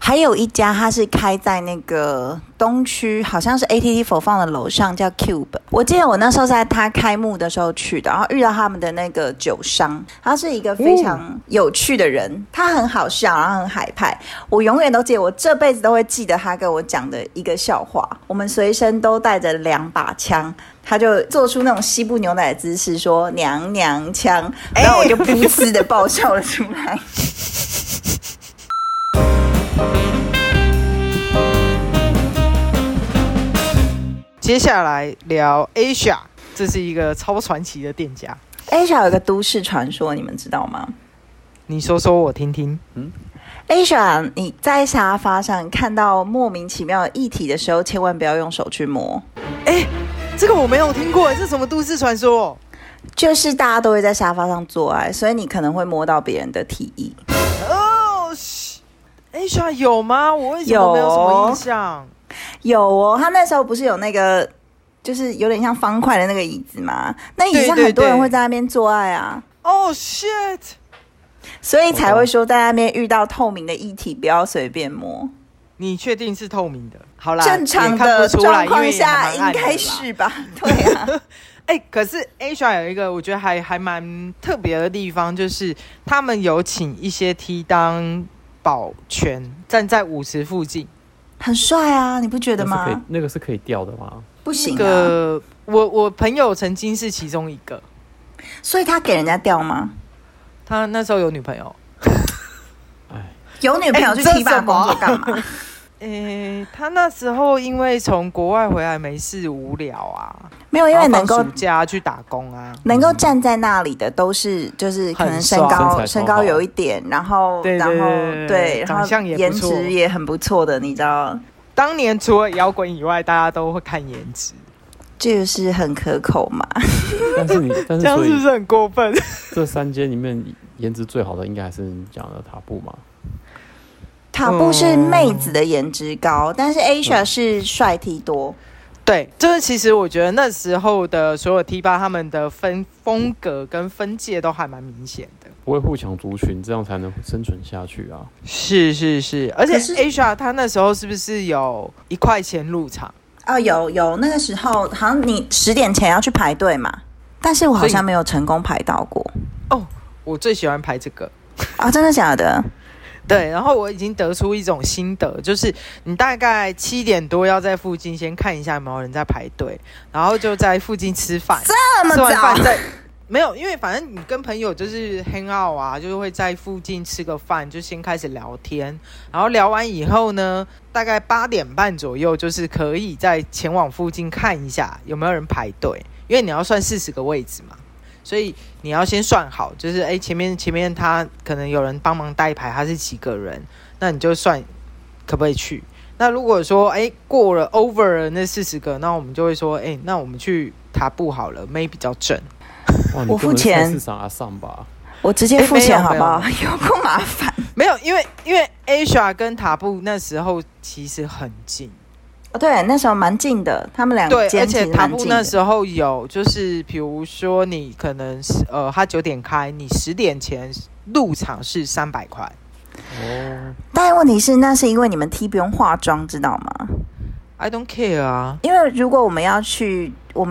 还有一家它是开在那个东区，好像是 ATT 否放的楼上，叫 Cube。我记得我那时候在它开幕的时候去的，然后遇到他们的那个酒商，他是一个非常有趣的人，他很好笑，然后很海派。我永远都记得，我这辈子都会记得他跟我讲的一个笑话。我们随身都带着2把枪。他就做出那种西部牛奶的姿势，说娘娘腔，然后我就噗嗤的爆笑了出来。 接下来聊 Asia， 这是一个超传奇的店家。 Asia 有个都市传说，你们知道吗？ 你说说我听听。 Asia， 你在沙发上看到莫名其妙的液体的时候，千万不要用手去摸。 这个我没有听过，这是什么都市传说？ 就是大家都会在沙发上做爱，所以你可能会摸到别人的体液。 Asia 有吗？我为什么没有什么印象？ 有哦，他那时候不是有那个，就是有点像方块的那个椅子吗？那椅子上很多人会在那边做爱啊。 shit！ 所以才会说在那边遇到透明的液体，不要随便摸。 你确定是透明的？好啦， 正常的状况下应该是吧？对啊。 可是 Asia 有一个我觉得还蛮特别的地方，就是他们有请一些 T 当保全，站在舞池附近， 很帅啊，你不觉得吗？ 那个是可以吊的吗？ 不行啊。 我朋友曾经是其中一个， 所以他给人家吊吗？ 他那时候有女朋友。 有女朋友去 T 吧工作干嘛？ 他那时候因为从国外回来没事无聊啊， 没有，因为能够暑假去打工啊， 能够站在那里的都是就是可能身高有一点，然后对， 然后颜值也很不错的，你知道？ 当年除了摇滚以外，大家都会看颜值， 这就是很可口嘛。 但是这样是不是很过分？ 这3间里面颜值最好的应该还是你讲的塔布嘛。 塔布是妹子的颜值高，但是 Asia 是帅 T 多。 对，就是其实我觉得那时候的所有 T 吧，他们的风格跟分界都还蛮明显的， 不会互抢族群，这样才能生存下去啊。 是，而且 Asia 他那时候是不是有1块钱入场？ 有，那个时候好像你10点前要去排队嘛，但是我好像没有成功排到过。 我最喜欢排这个啊，真的假的？ 对，然后我已经得出一种心得，就是你大概7点多要在附近先看一下有没有人在排队，然后就在附近吃饭。 这么早？ 吃完饭再没有，因为反正你跟朋友就是 hang out 啊，就是会在附近吃个饭，就先开始聊天，然后聊完以后呢，大概8点半左右，就是可以再前往附近看一下有没有人排队，因为你要算40个位置嘛。所以你要先算好，就是前面他可能有人帮忙带牌，他是几个人，那你就算可不可以去。那如果说过了 over 了那40个，那我们就会说那我们去塔布好了，妹比较正。 我付钱， 市场上吧， 我直接付钱好不好？有够麻烦。 没有，因为 Asia 跟塔布那时候其实很近。 对，那时候蛮近的，他们2间其实蛮近的。对，而且塔布那时候有，就是比如说你可能他9点开，你10点前入场是300块。 但问题是，那是因为你们 T 不用化妆，知道吗 ？I don't care 啊， 因为如果我们要去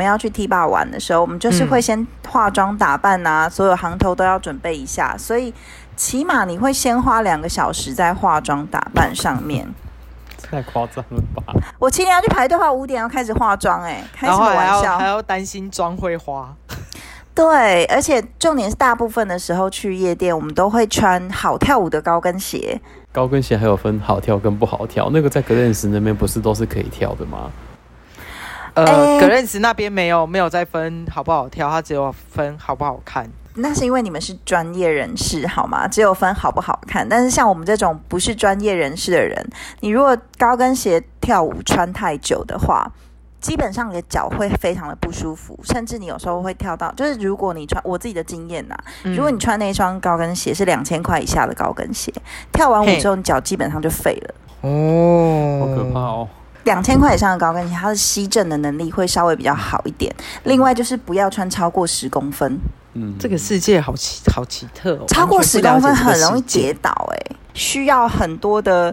T 吧玩的时候，我们就是会先化妆打扮啊，所有行头都要准备一下，所以起码你会先花2个小时在化妆打扮上面。 太夸张了吧！ 我7点要去排队的话，5点要开始化妆，开什么玩笑？ 还要担心妆会花。 对，而且重点是大部分的时候去夜店，我们都会穿好跳舞的高跟鞋。 高跟鞋还有分好跳跟不好跳，那个在格雷斯那边不是都是可以跳的吗？ 格雷斯那边没有在分好不好跳，它只有分好不好看。 那是因为你们是专业人士好吗？只有分好不好看，但是像我们这种不是专业人士的人，你如果高跟鞋跳舞穿太久的话，基本上你的脚会非常的不舒服，甚至你有时候会跳到，就是如果你穿，我自己的经验呐，如果你穿那一双高跟鞋是2000块以下的高跟鞋，跳完舞之后你脚基本上就废了。 好可怕哦 ！2000块以上的高跟鞋，它的吸震的能力会稍微比较好一点。另外就是不要穿超过10公分。 这个世界好奇特哦！ 超过10公分很容易跌倒，需要很多的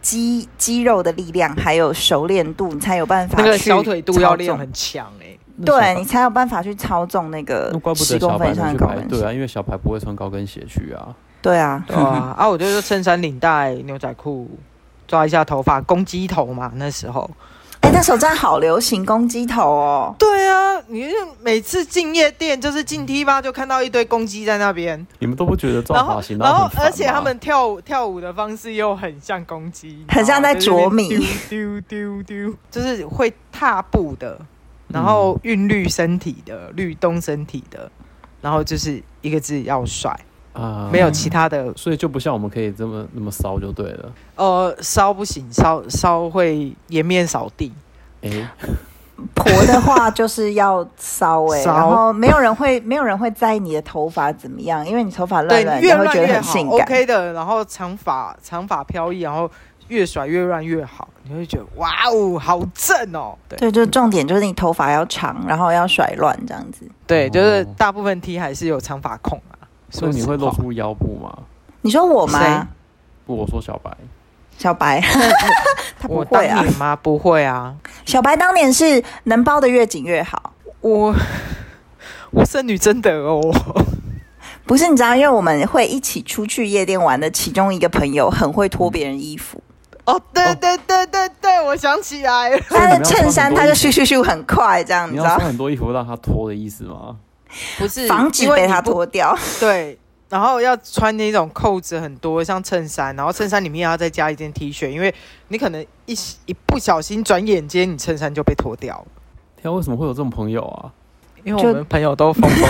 肌肉的力量还有熟练度，你才有办法那个去小腿肚要练操纵很强对你才有办法去操纵那个那怪不得 10公分以上的高跟鞋。 对啊，因为小白不会穿高跟鞋去啊。 对啊， 对啊，我就说衬衫、领带、牛仔裤，抓一下头发，公鸡头嘛，那时候。 那时候真的好流行公鸡头哦。 对啊，你每次进夜店，就是进 T8就看到一堆公鸡在那边。 你们都不觉得抓发型然后很烦吗？ 而且他们跳舞的方式又很像公鸡， 很像在啄米， 丢丢丢，就是会踏步的，然后韵律身体的，律动身体的，然后就是一个字要帅。没有其他的， 所以就不像我们可以那么骚就对了。 骚不行，骚会颜面扫地。 婆的话就是要骚然后没有人会在意你的头发怎么样，因为你头发乱乱， 对，越乱会觉得很性感。 OK 的，然后长发飘逸，然后越甩越乱越好，你会觉得哇哦，好正哦。 对，就重点就是你头发要长，然后要甩乱这样子。 对，就是大部分 T 还是有长发控啊。 所以你会露出腰部吗？ 你说我吗？ 不，我说小白。 小白，他不会啊？ 我当年吗？不会啊。 小白当年是能包得越紧越好。 我剩女真的哦。 不是，你知道，因为我们会一起出去夜店玩的其中一个朋友很会脱别人衣服。 对，我想起来了。 他的衬衫他就咻咻咻很快这样， 你要穿很多衣服让他脱的意思吗？ 不是， 防止被他脱掉。 对，然后要穿那种扣子很多，像衬衫，然后衬衫里面要再加一件 T 恤，因为你可能一不小心转眼间，你衬衫就被脱掉了。 天啊，为什么会有这种朋友啊？ 因为我们朋友都疯疯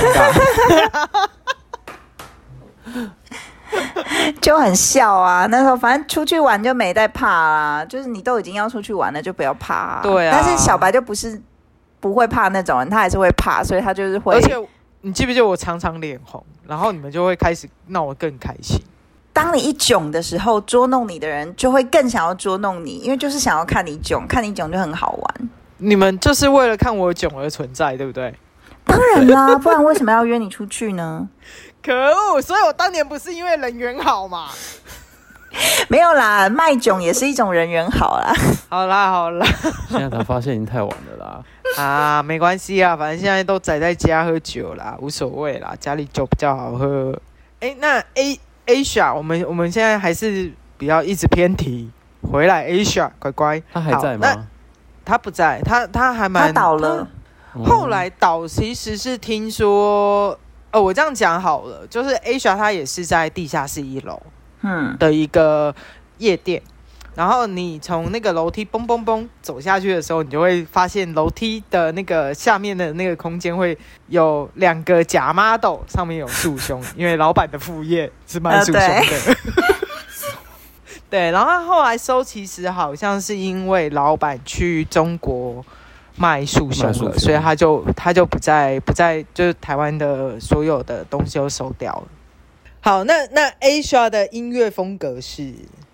的。 就很笑啊！那时候反正出去玩就没在怕啦，就是你都已经要出去玩了，就不要怕对啊。 但是小白就不会怕那种人，他还是会怕，所以他就是会。 而且你记不记得我常常脸红，然后你们就会开始闹得更开心。 当你一囧的时候，捉弄你的人就会更想要捉弄你，因为就是想要看你囧，看你囧就很好玩。 你们就是为了看我囧而存在，对不对？ 当然啦，不然为什么要约你出去呢？ 可恶！所以我当年不是因为人缘好嘛？ 没有啦，卖囧也是一种人缘好啦。 好啦， 现在才发现已经太晚了啦。 啊，没关系啊，反正现在都宅在家喝酒啦，无所谓啦，家里酒比较好喝。那 Asia， 我们现在还是比较一直偏题，回来 Asia， 乖乖， 他还在吗？ 他不在，他还蛮， 他倒了。 后来倒其实是听说，我这样讲好了，就是 Asia 他也是在地下室1楼，的一个夜店。然后你从那个楼梯蹦蹦蹦走下去的时候，你就会发现楼梯的那个下面的那个空间会有2个假 model， 上面有束胸，因为老板的副业是卖束胸的。对，然后他后来收，其实好像是因为老板去中国卖束胸了，所以他就不在，就是台湾的所有的东西都收掉了。好，那 Asia 的音乐风格是？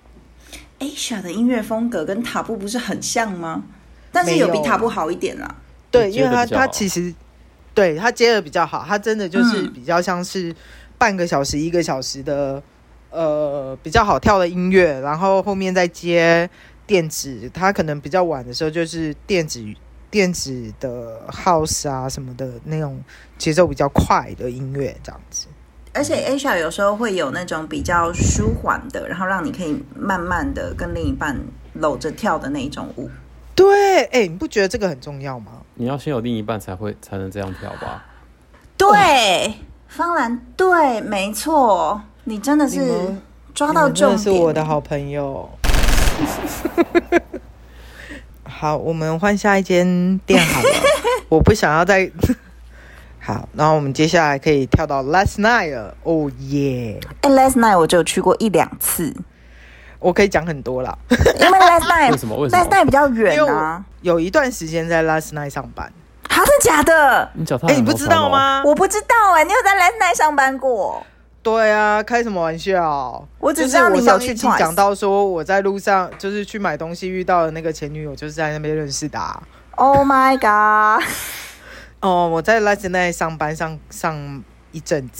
Asia 的音乐风格跟塔布不是很像吗？但是有比塔布好一点啦。 对，因为他其实对他接的比较好，他真的就是比较像是半个小时、1个小时的比较好跳的音乐，然后后面再接电子，他可能比较晚的时候就是电子的 house 啊什么的那种节奏比较快的音乐这样子。 而且 Asia 有时候会有那种比较舒缓的，然后让你可以慢慢的跟另一半搂着跳的那种舞。 对，你不觉得这个很重要吗？ 你要先有另一半才能这样跳吧？ 对，方兰，对，没错，你真的是抓到重点，真的是我的好朋友。好，我们换下一间店好了，我不想要再。好，然后我们接下来可以跳到 Last Night 了，哦耶 ！Last Night 我只有去过1-2次， 我可以讲很多啦。 因为 Last Night 为什么 Last Night 比较远啊？ 有一段时间在 Last Night 上班。 真的假的？ 你不知道吗？ 我不知道你有在 Last Night 上班过？ 对啊，开什么玩笑？ 我只知道你有去讲到说我在路上就是去买东西遇到的那个前女友，就是在那边认识的啊。 Oh my god！ 我在 Last Night 上班上一阵子，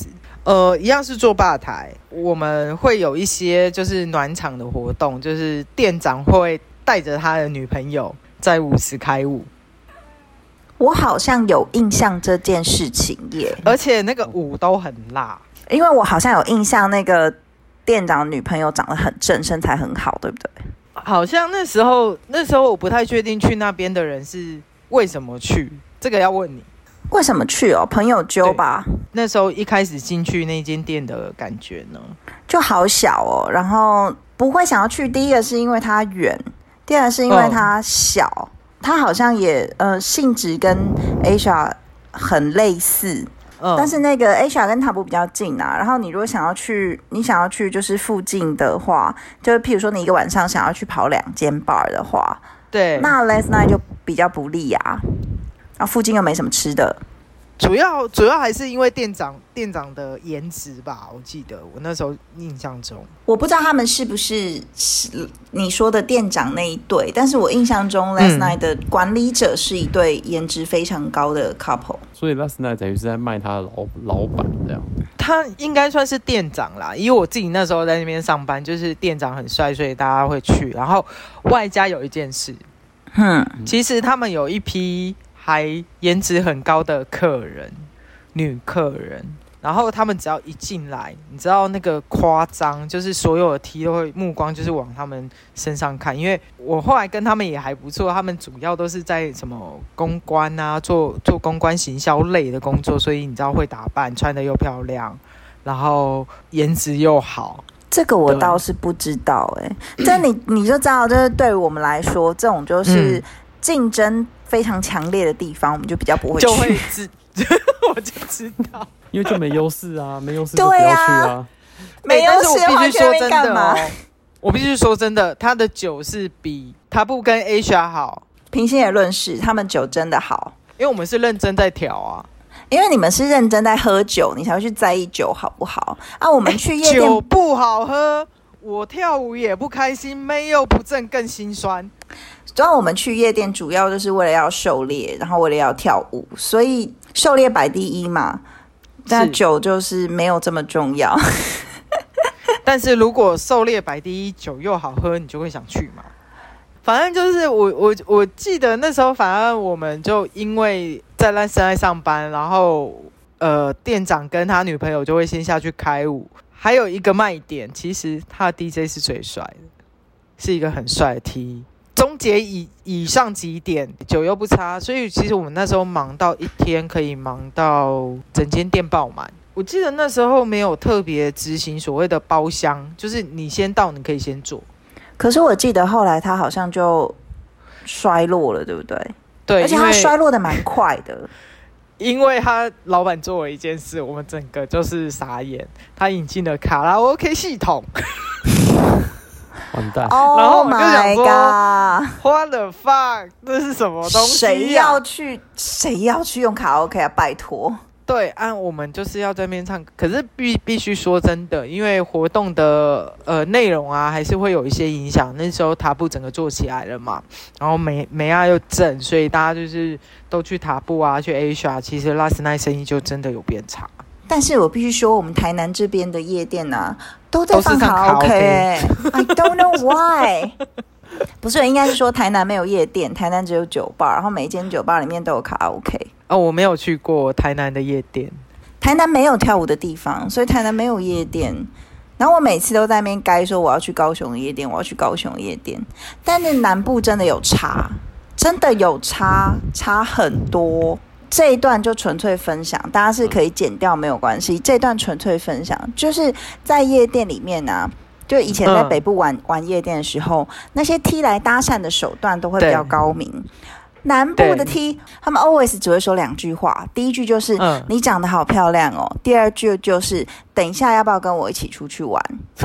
一样是坐吧台，我们会有一些就是暖场的活动，就是店长会带着他的女朋友在舞池开舞。 我好像有印象这件事情耶， 而且那个舞都很辣， 因为我好像有印象，那个店长女朋友长得很正，身材很好，对不对？ 好像那时候我不太确定去那边的人是为什么去，这个要问你。 为什么去哦？朋友揪吧。 那时候一开始进去那间店的感觉呢， 就好小哦，然后不会想要去。第一个是因为它远，第二个是因为它小，它好像也性质跟 Asia 很类似。但是那个 Asia 跟塔布比较近啊，然后你如果想要去就是附近的话，就是譬如说你一个晚上想要去跑2间 bar 的话， 对， 那 last night 就比较不利啊，然后附近又没什么吃的。 主要还是因为店长的颜值吧，我记得我那时候印象中， 我不知道他们是不是你说的店长那一对，但是我印象中 last night 的管理者是一对颜值非常高的 couple， 所以 last night 等于是在卖他的老板这样。 他应该算是店长啦，因为我自己那时候在那边上班，就是店长很帅，所以大家会去。然后外加有一件事，其实他们有一批还颜值很高的客人，女客人，然后他们只要一进来，你知道那个夸张，就是所有的 T 都会目光就是往他们身上看，因为我后来跟他们也还不错，他们主要都是在什么公关啊，做公关行销类的工作，所以你知道会打扮，穿得又漂亮，然后颜值又好。 这个我倒是不知道这你就知道，就是对于我们来说，这种就是竞争非常强烈的地方，我们就比较不会去， 就会我就知道， 因为就没优势啊，没优势就不要去啊。 没优势的话去那边干嘛？ 我必须说真的，他的酒是比他不跟 Asia 好。 平心而论是，他们酒真的好， 因为我们是认真在调啊。 因为你们是认真在喝酒，你才会去在意酒好不好啊？我们去夜店酒不好喝，我跳舞也不开心，妹又不正更心酸。 主要我们去夜店主要就是为了要狩猎，然后为了要跳舞，所以狩猎摆第一嘛。但酒就是没有这么重要。 但是如果狩猎摆第一，酒又好喝，你就会想去嘛。反正就是我记得那时候，反正我们就因为在那现在上班，然后店长跟他女朋友就会先下去开舞。还有一个卖点，其实他的 DJ 是最帅的，是一个很帅的 T。终结以上几点，酒又不差，所以其实我们那时候忙到一天可以忙到整间店爆满。我记得那时候没有特别执行所谓的包厢，就是你先到，你可以先坐。 可是我记得后来他好像就衰落了，对不对？ 对， 而且他衰落的蛮快的。 因为他老板做了一件事，我们整个就是傻眼。他引进了卡拉 OK 系统。 完蛋！ 然后我们就想说 ，What the fuck， 这是什么东西谁要去用卡拉 OK 啊？拜托。 对，我们就是要在那边唱，可是必须说真的，因为活动的内容啊，还是会有一些影响。那时候塔布整个做起来了嘛，然后美亚又正，所以大家就是都去塔布啊，去 Asia， 其实 last night 生意就真的有变差。 但是我必须说，我们台南这边的夜店啊，都在放卡拉 OK，I don't know why。不是，应该是说台南没有夜店，台南只有酒吧，然后每一间酒吧里面都有卡拉 OK。 我没有去过台南的夜店， 台南没有跳舞的地方，所以台南没有夜店。然后我每次都在那边该说我要去高雄的夜店，我要去高雄的夜店，但是南部真的有差，真的有差很多。这一段就纯粹分享，大家是可以剪掉没有关系。这段纯粹分享，就是在夜店里面啊，就以前在北部玩夜店的时候，那些 T 来搭讪的手段都会比较高明。南部的 T 他们 always 只会说2句话，第一句就是你长得好漂亮哦，第二句就是等一下要不要跟我一起出去玩。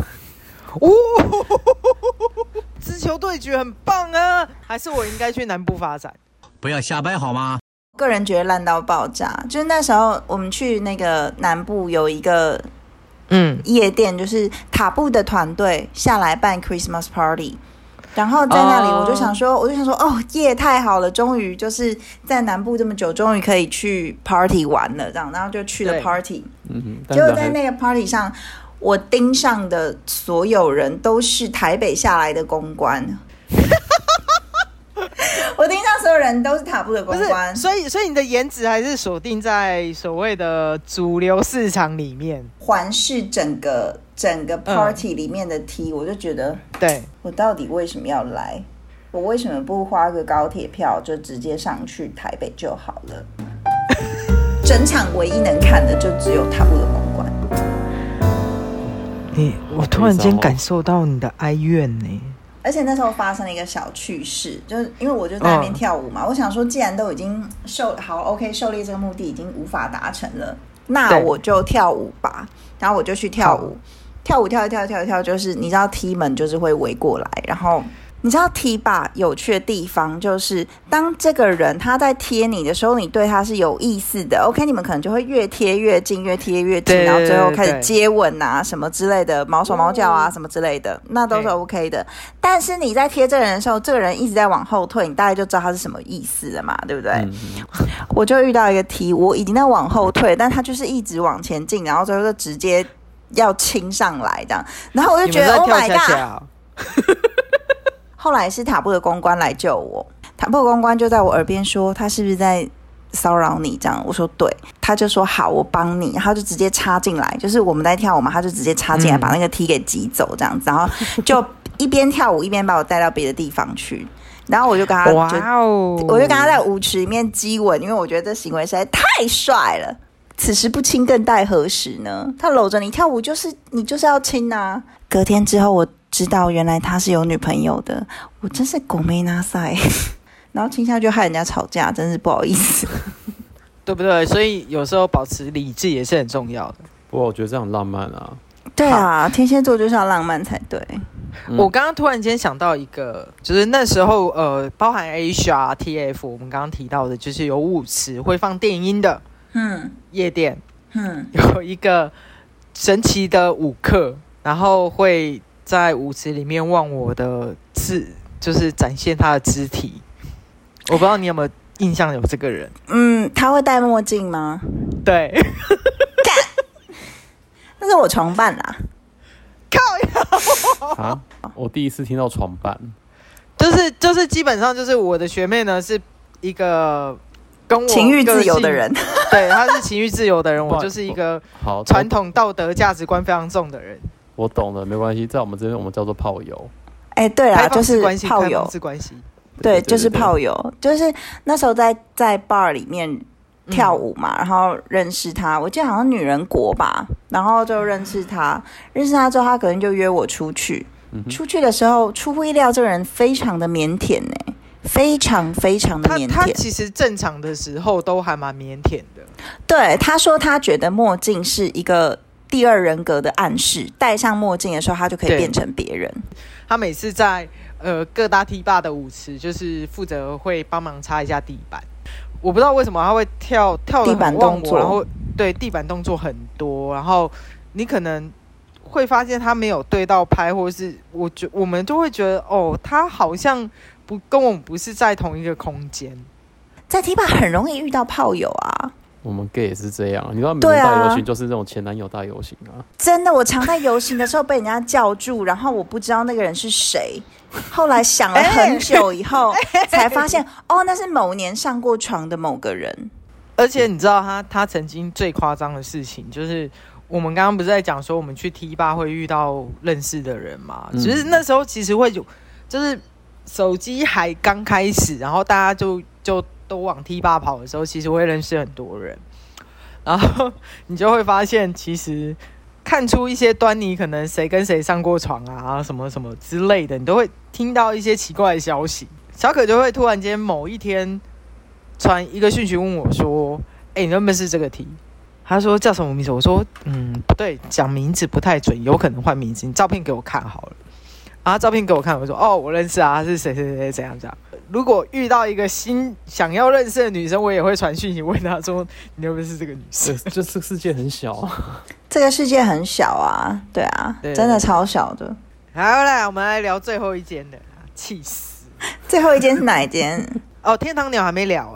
直球对决很棒啊，还是我应该去南部发展？ 不要瞎掰好吗？ 个人觉得烂到爆炸，就是那时候我们去那个南部有一个夜店，就是塔布的团队下来办 Christmas Party， 然后在那里我就想说哦耶，太好了，终于就是在南部这么久，终于可以去 Party 玩了这样，然后就去了 Party， 结果在那个 party 上，我盯上的所有人都是台北下来的公关。我盯上所有人都是塔布的公关， 所以你的颜值还是锁定在所谓的主流市场里面， 环视整个 party 里面的 T，我就觉得， 对， 我到底为什么要来？我为什么不花个高铁票就直接上去台北就好了？整场唯一能看的就只有塔布的公关。 我突然间感受到你的哀怨呢。 而且那时候发生了一个小趣事，就是因为我就在那边跳舞嘛，我想说既然都已经狩猎这个目的已经无法达成了，那我就跳舞吧。然后我就去跳舞，跳一跳，就是你知道T们就是会围过来，然后你知道 T 吧有趣的地方就是当这个人他在贴你的时候，你对他是有意思的 OK， 你们可能就会越贴越近，越贴越近，然后最后开始接吻啊什么之类的，毛手毛脚啊什么之类的，那都是 OK 的。但是你在贴这个人的时候，这个人一直在往后退，你大概就知道他是什么意思了嘛，对不对？我就遇到一个 T， 我已经在往后退，但他就是一直往前进，然后最后就直接要亲上来这样，然后我就觉得 Oh my God。后来是塔布的公关来救我，塔布的公关就在我耳边说他是不是在骚扰你这样，我说对，他就说好我帮你，然后就直接插进来，就是我们在跳舞嘛，他就直接插进来把那个 T 给挤走这样子，然后就一边跳舞一边把我带到别的地方去，然后我就跟他我就跟他在舞池里面激吻，因为我觉得这行为实在太帅了。此时不亲更待何时呢？他搂着你跳舞你就是要亲啊。隔天之后我知道原来他是有女朋友的，我真是狗妹那塞，然后亲下去害人家吵架，真是不好意思， 对不对？所以有时候保持理智也是很重要的。 不过我觉得这样很浪漫啊。 对啊，天蝎座就是要浪漫才对。 我刚刚突然间想到一个，就是那时候包含 Asia、TF， 我们刚刚提到的，就是有舞池会放电音的，夜店，有一个神奇的舞客，然后会在舞池里面忘我的就是展现他的肢体。我不知道你有没有印象有这个人？ 他会戴墨镜吗？ 对， 那是我床伴啦。 靠呀！ 啊！我第一次听到床伴， 就是基本上就是我的学妹呢是一个跟我情欲自由的人， 对，她是情欲自由的人，我就是一个传统道德价值观非常重的人。 我懂了，没关系，在我们这边我们叫做炮友。 对啦，就是炮友， 开放式关系， 对，就是炮友，就是那时候在 bar 里面跳舞嘛，然后认识他，我记得好像女人国吧，然后就认识他之后，他可能就约我出去。出去的时候，出乎意料，这个人非常的腼腆呢，非常非常的腼腆。 他其实正常的时候都还蛮腼腆的。 对，他说他觉得墨镜是一个第二人格的暗示，戴上墨镜的时候，他就可以变成别人。 他每次在各大 T 吧的舞池，就是负责会帮忙擦一下地板。我不知道为什么他会跳地板动作，然后对地板动作很多，然后你可能会发现他没有对到拍，或者是我们就会觉得他好像跟我们不是在同一个空间。在 T 吧很容易遇到炮友啊。 我们 gay 也是这样，你知道每年大游行就是那种前男友大游行啊。 真的，我常在游行的时候被人家叫住，然后我不知道那个人是谁，后来想了很久以后才发现，那是某年上过床的某个人。 而且你知道他曾经最夸张的事情，就是我们刚刚不是在讲说我们去 T 吧会遇到认识的人嘛？只是那时候其实会就是手机还刚开始，然后大家就都往 T 吧跑的时候，其实会认识很多人，然后你就会发现，其实看出一些端倪，可能谁跟谁上过床啊，什么什么之类的，你都会听到一些奇怪的消息。小可就会突然间某一天传一个讯息问我说：“你认不认识这个 T？” 他说叫什么名字？我说不对，讲名字不太准，有可能换名字。你照片给我看好了。然后照片给我看，我说我认识啊，是谁谁谁怎样怎样。如果遇到一个新想要认识的女生，我也会传讯息问她说：“你认不认识这个女生？” 这个世界很小啊， 这个世界很小啊，对啊，对真的超小的。 好啦，我们来聊最后一间的，气死！ 最后一间是哪一间？ 天堂鸟还没聊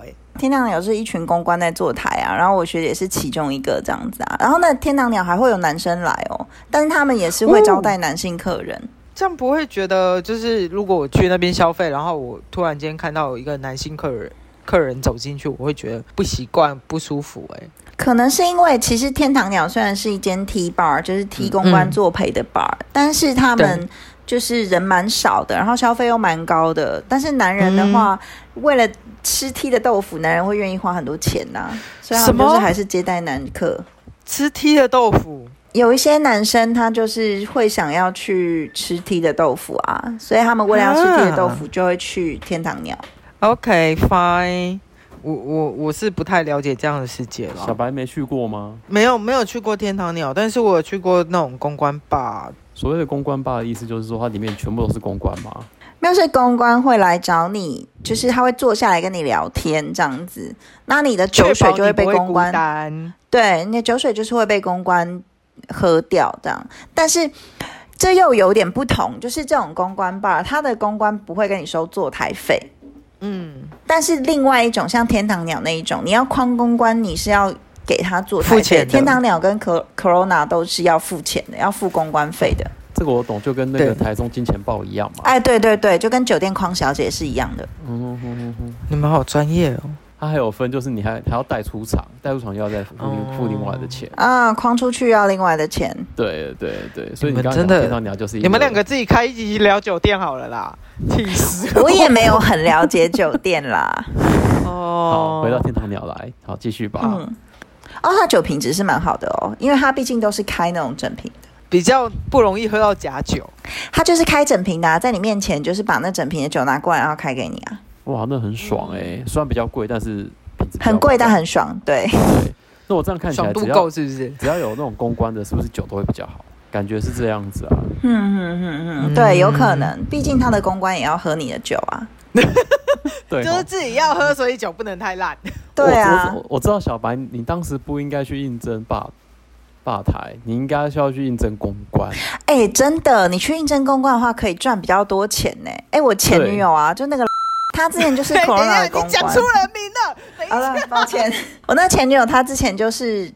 天堂鸟是一群公关在坐台啊，然后我学姐是其中一个这样子啊。然后那天堂鸟还会有男生来哦，但是他们也是会招待男性客人。 这样不会觉得就是如果我去那边消费，然后我突然间看到有一个男性客人走进去，我会觉得不习惯、不舒服可能是因为其实天堂鸟虽然是一间 T bar， 就是T公关作陪的 bar，但是他们就是人蛮少的，然后消费又蛮高的。但是男人的话，为了吃 T 的豆腐，男人会愿意花很多钱呐，所以他们就是还是接待男客。 吃 T 的豆腐， 有一些男生他就是会想要去吃 T 的豆腐啊，所以他们为了要吃 T 的豆腐，就会去天堂鸟。 OK fine。我是不太了解这样的世界了。 小白没去过吗？ 没有去过天堂鸟，但是我有去过那种公关吧。 所谓的公关吧的意思就是说，它里面全部都是公关吗？ 没有，是公关会来找你，就是他会坐下来跟你聊天这样子。那你的酒水就会被公关，对，你的酒水就是会被公关喝掉这样。但是这又有点不同，就是这种公关吧，他的公关不会跟你收坐台费。但是另外一种像天堂鸟那一种，你要框公关，你是要给他坐台费。天堂鸟跟 Corona 都是要付钱的，要付公关费的。 这个我懂，就跟那个台中金钱豹一样嘛。 哎，对对对，就跟酒店匡小姐是一样的。 你们好专业哦。 它还有分，就是你还要带出场，带出场又要再付另外的钱啊，框出去要另外的钱。 对对对，所以你刚刚讲天堂鸟就是你们两个自己开一集聊酒店好了啦，气死！ 我也没有很了解酒店啦。 好，回到天堂鸟来，好，继续吧。 它酒品质是蛮好的哦，因为它毕竟都是开那种整瓶的， 比较不容易喝到假酒。 它就是开整瓶的啊，在你面前就是把那整瓶的酒拿过来，然后开给你啊。 哇，那很爽虽然比较贵，但是品质很贵但很爽，对。 那我这样看起来， 爽度够是不是？ 只要有那种公关的，是不是酒都会比较好？感觉是这样子啊。 对，有可能，毕竟他的公关也要喝你的酒啊。 对， 就是自己要喝，所以酒不能太烂。 对啊， 我知道小白，你当时不应该去应征吧台，你应该是要去应征公关。 真的，你去应征公关的话，可以赚比较多钱呢。我前女友啊，就那个。他之前就是 Corona 的公关， 你讲出人名了。 好了，抱歉，我那前女友她之前就是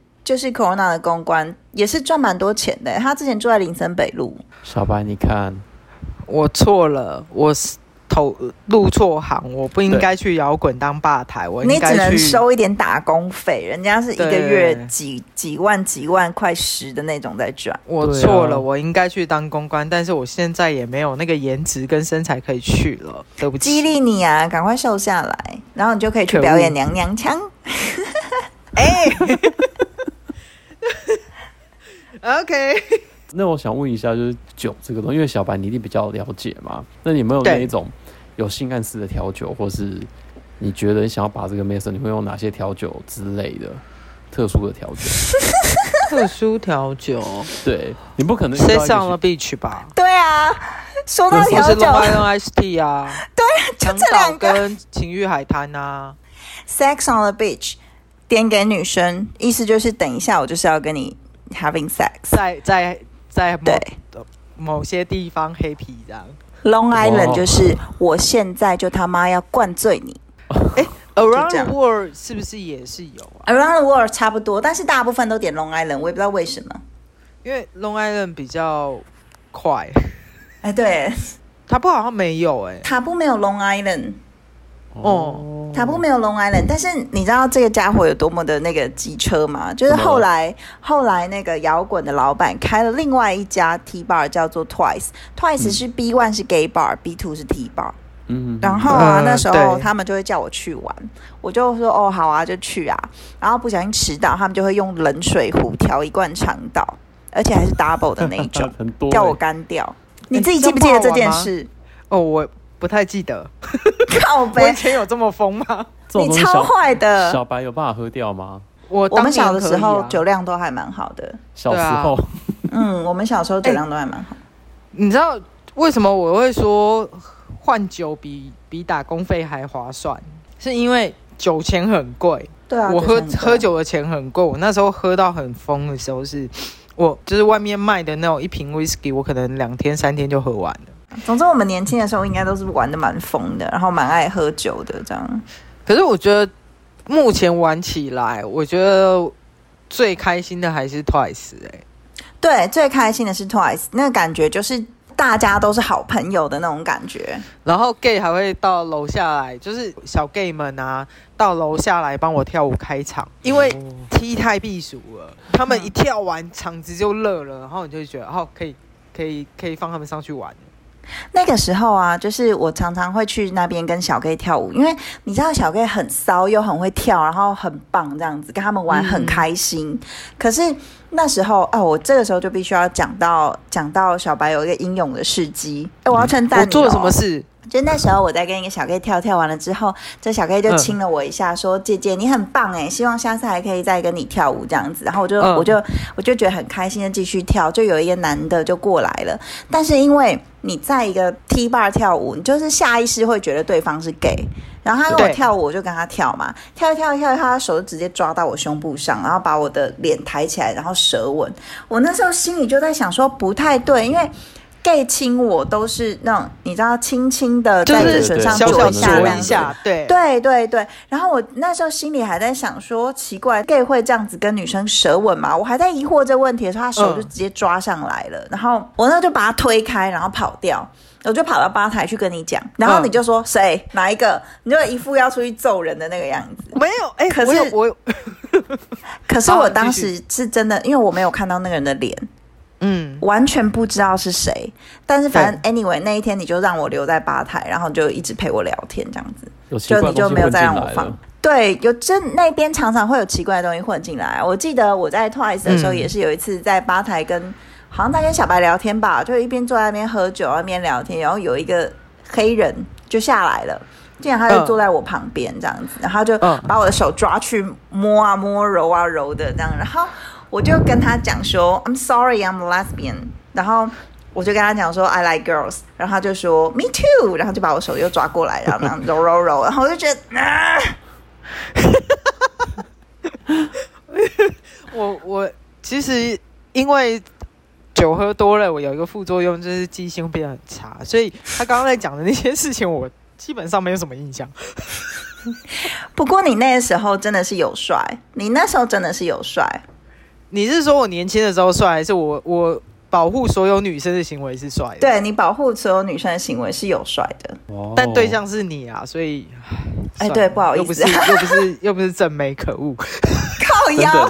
Corona 的公关，也是赚蛮多钱的。她之前住在林森北路。 小白，你看， 我错了，我入错行，我不应该去摇滚当吧台，我应该你只能收一点打工费，人家是一个月几万快10的那种在赚。 我错了，我应该去当公关，但是我现在也没有那个颜值跟身材可以去了，对不起。 激励你啊，赶快瘦下来，然后你就可以去表演娘娘腔。 OK。 那我想问一下，就是酒这个东西，因为小白你一定比较了解嘛，那你有没有那一种有性暗示的调酒，或是你觉得你想要把这个妹色，你会用哪些调酒之类的特殊的调酒？ 特殊调酒， 对，你不可能谁上了 beach 吧？ 对啊，说到调酒， 是 Long Island Iced Tea 啊， 对，就这两个跟情欲海滩啊。 Sex on the beach 点给女生，意思就是等一下我就是要跟你 having sex， 在某些地方黑皮这样。 Long Island 就是我现在就他妈要灌醉你。 Around the World 是不是也是有啊 ？Around the World 差不多，但是大部分都点 Long Island， 我也不知道为什么。 因为 Long Island 比较快。 对， 塔布好像没有塔布没有 Long Island。塔布没有 Long Island， 但是你知道这个家伙有多么的那个机车吗？就是后来那个摇滚的老板开了另外一家 T bar 叫做 Twice 是 B1 是 gay bar，B2 是 T bar。然后那时候他们就会叫我去玩，我就说好啊，就去啊。然后不小心迟到，他们就会用冷水壶调一罐长岛，而且还是 double 的那一种，叫我干掉。你自己记不记得这件事？ 我不太记得。 靠北， 我以前有这么疯吗？ 你超坏的。 小白有办法喝掉吗？ 我们小的时候酒量都还蛮好的。 小时候， 我们小时候酒量都还蛮好。 你知道为什么我会说换酒比打工费还划算？是因为酒钱很贵。 对啊， 我喝酒的钱很贵。我那时候喝到很疯的时候是，我就是外面卖的那种一瓶 whisky， 我可能2天3天就喝完了。 总之，我们年轻的时候应该都是玩的蛮疯的，然后蛮爱喝酒的这样。 可是我觉得目前玩起来，我觉得最开心的还是 Twice 对，最开心的是 Twice， 那个感觉就是大家都是好朋友的那种感觉。 然后 gay 还会到楼下来，就是小 gay 们啊，到楼下来帮我跳舞开场，因为 T 太避暑了，他们一跳完场子就热了，然后你就会觉得可以放他们上去玩。 那个时候啊，就是我常常会去那边跟小 gay 跳舞，因为你知道小 gay 很骚又很会跳，然后很棒这样子，跟他们玩很开心。可是那时候我这个时候就必须要讲到小白有一个英勇的事迹。我要称赞你我做了什么事？ 就那时候我在跟一个小 gay 跳完了之后，这小 gay 就亲了我一下，说：“姐姐你很棒哎，希望下次还可以再跟你跳舞这样子。”然后我就觉得很开心的继续跳，就有一个男的就过来了，但是因为你在一个 T bar 跳舞，你就是下意识会觉得对方是 gay， 然后他跟我跳舞，我就跟他跳嘛，跳，他手就直接抓到我胸部上，然后把我的脸抬起来，然后舌吻。我那时候心里就在想说不太对，因为gay 亲我都是那种你知道轻轻的在嘴唇上啄一下，对。然后我那时候心里还在想说奇怪 gay 会这样子跟女生舌吻吗？我还在疑惑这问题的时候，他手就直接抓上来了，然后我那就把他推开，然后跑掉。我就跑到吧台去跟你讲，然后你就说谁哪一个，你就一副要出去揍人的那个样子。 没有，可是可是我当时是真的，因为我没有看到那个人的脸。完全不知道是谁，但是反正 anyway 那一天你就让我留在吧台，然后就一直陪我聊天这样子，就你就没有再让我放。对，那边常常会有奇怪的东西混进来。我记得我在 Twice 的时候也是有一次在吧台好像在跟小白聊天吧，就一边坐在那边喝酒，一边聊天，然后有一个黑人就下来了。竟然他就坐在我旁边这样子，然后他就把我的手抓去摸啊摸、揉啊揉的这样，然后我就跟他讲说 I'm sorry I'm a lesbian， 然后我就跟他讲说 I like girls， 然后他就说 Me too， 然后就把我手又抓过来，然后那样揉揉揉，然后我就觉得我其实因为酒喝多了，我有一个副作用就是记性变得很差，所以他刚刚在讲的那些事情我基本上没有什么印象。 不过你那个时候真的是有帅，你那时候真的是有帅。 你是说我年轻的时候帅，还是我保护所有女生的行为是帅的？ 对，你保护所有女生的行为是有帅的， 但对象是你啊，所以对，不好意思， 又不是正妹，可恶， 靠腰。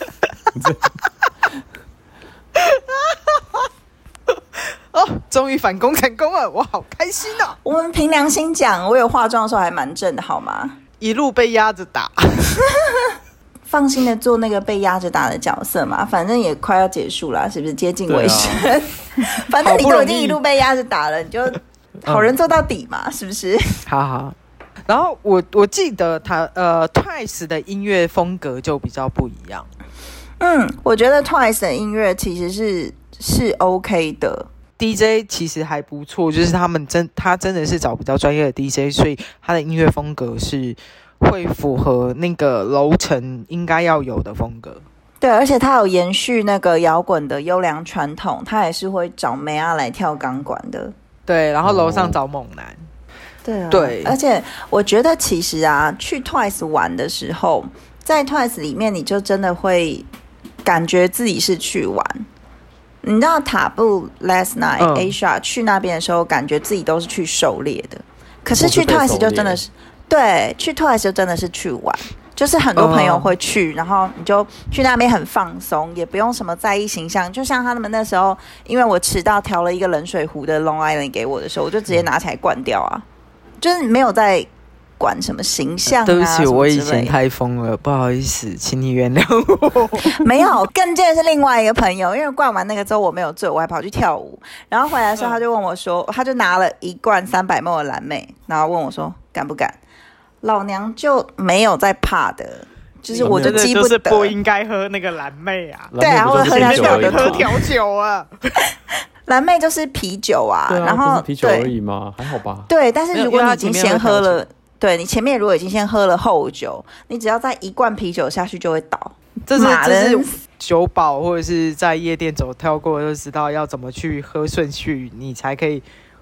终于反攻成功了，我好开心啊！ 我们凭良心讲，我有化妆的时候还蛮正的，好吗？ 一路被压着打。 放心的做那个被压着打的角色嘛，反正也快要结束了，是不是接近尾声？反正你都已经一路被压着打了，你就好人做到底嘛，是不是？ 好。然后我记得他Twice 的音乐风格就比较不一样。 我觉得 Twice 的音乐其实是 OK 的。 DJ 其实还不错，就是他真的是找比较专业的 DJ， 所以他的音乐风格是会符合那个楼层应该要有的风格。 对，而且他有延续那个摇滚的优良传统，他也是会找梅亚来跳钢管的。 对，然后楼上找猛男。 对啊，对，而且我觉得其实啊，去 Twice 玩的时候，在 Twice 里面，你就真的会感觉自己是去玩。你知道塔布 Last Night、Asia 去那边的时候，感觉自己都是去狩猎的。可是去 Twice 就真的是，对，去 Twice 就真的是去玩。就是很多朋友会去，然后你就去那边很放松，也不用什么在意形象。就像他们那时候，因为我迟到调了一个冷水壶的 Long Island 给我的时候，我就直接拿起来灌掉啊，就是没有在管什么形象啊。 对不起，我以前太疯了，不好意思，请你原谅我。 没有，更贱的是另外一个朋友，因为灌完那个之后我没有醉，我还跑去跳舞，然后回来的时候他就问我说，他就拿了一罐300ml的蓝莓，然后问我说敢不敢？老娘就没有在怕的，就是我就记不得， 就是不应该喝那个蓝莓啊。 对啊，我喝下去我就喝调酒啊。 蓝莓就是啤酒啊，然后不是啤酒而已吗？还好吧。 对，但是如果你已经先喝了，对你前面如果已经先喝了厚酒，你只要再一罐啤酒下去就会倒。 这是酒保或者是在夜店走跳过就知道要怎么去喝顺序，你才可以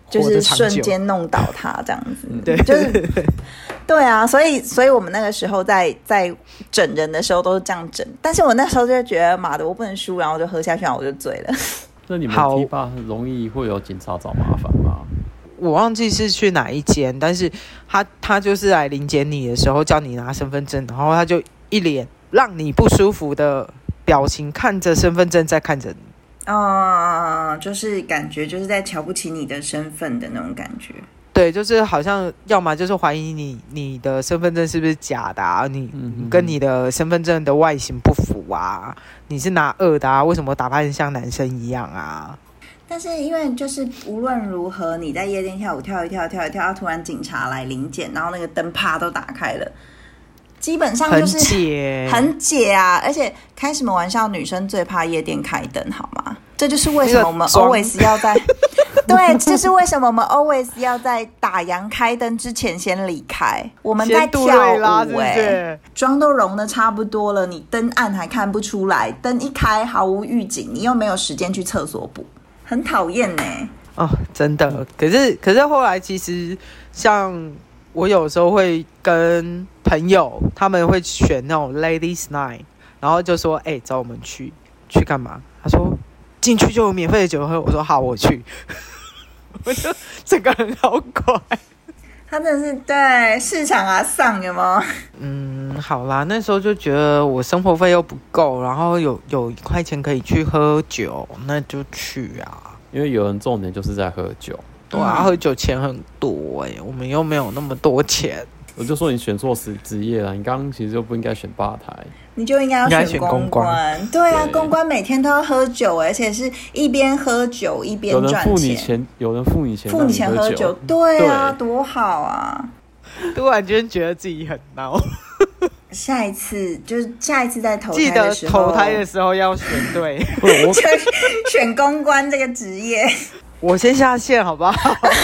就是瞬间弄倒他这样子。 对， 就是对啊，所以我们那个时候在整人的时候都是这样整，但是我那时候就觉得妈的我不能输，然后我就喝下去，然后我就醉了。 那你们 T 吧很容易会有警察找麻烦吗？ 我忘记是去哪一间，但是他就是来临检你的时候叫你拿身份证，然后他就一脸让你不舒服的表情看着身份证在看着你。 就是感觉就是在瞧不起你的身份的那种感觉。 对，就是好像要么就是怀疑你的身份证是不是假的啊，你跟你的身份证的外形不符啊，你是拿2的啊，为什么打扮像男生一样啊？ 但是因为就是无论如何，你在夜店跳舞跳一跳，突然警察来临检，然后那个灯啪都打开了，基本上就是很解啊！而且开什么玩笑，女生最怕夜店开灯，好吗？这就是为什么我们 always 要在对，这是为什么我们 always 要在打烊开灯之前先离开。我们在跳舞妆都融的差不多了，你灯暗还看不出来，灯一开毫无预警，你又没有时间去厕所补。很讨厌呢。 哦，真的。可是后来其实像我有时候会跟朋友，他们会选那种 ladies night， 然后就说走我们去干嘛？他说进去就有免费的酒喝，我说好我去。我就整个人好乖。 他真的是对市场啊上有吗？ 好啦，那时候就觉得我生活费又不够，然后有1块钱可以去喝酒，那就去啊。 因为有人重点就是在喝酒。 对啊，喝酒钱很多我们又没有那么多钱。 我就说你选错职业了，你刚刚其实就不应该选吧台， 你就应该要选公关。对啊，公关每天都要喝酒，而且是一边喝酒一边赚钱。 有人付你钱喝酒，对啊，多好啊！ 突然间觉得自己很孬。 下一次在投胎的时候， 记得投胎的时候要选对， 选公关这个职业。 我先下线好不好？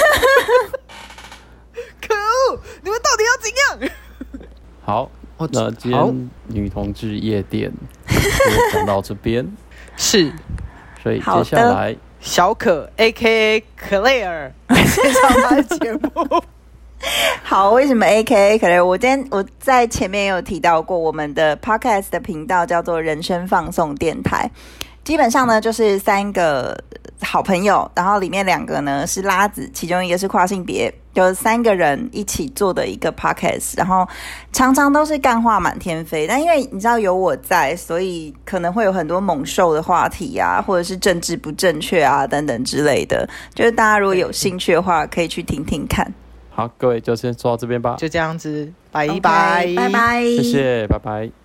可恶！你们到底要怎样？ 好，那今天女同志夜店就讲到这边。 是， 所以接下来小可 AKA Claire 介绍他的节目。 好，为什么 AKA Claire？我在前面也有提到过，我们的 Podcast 的频道叫做人生放送电台。基本上呢，就是3个好朋友，然后里面2个呢是拉子，其中一个是跨性别，就是3个人一起做的一个 podcast， 然后常常都是干话满天飞。但因为你知道有我在，所以可能会有很多猛兽的话题啊，或者是政治不正确啊等等之类的。就是大家如果有兴趣的话，可以去听听看。 好，各位就先说到这边吧， 就这样子，拜拜， 拜拜， 谢谢，拜拜。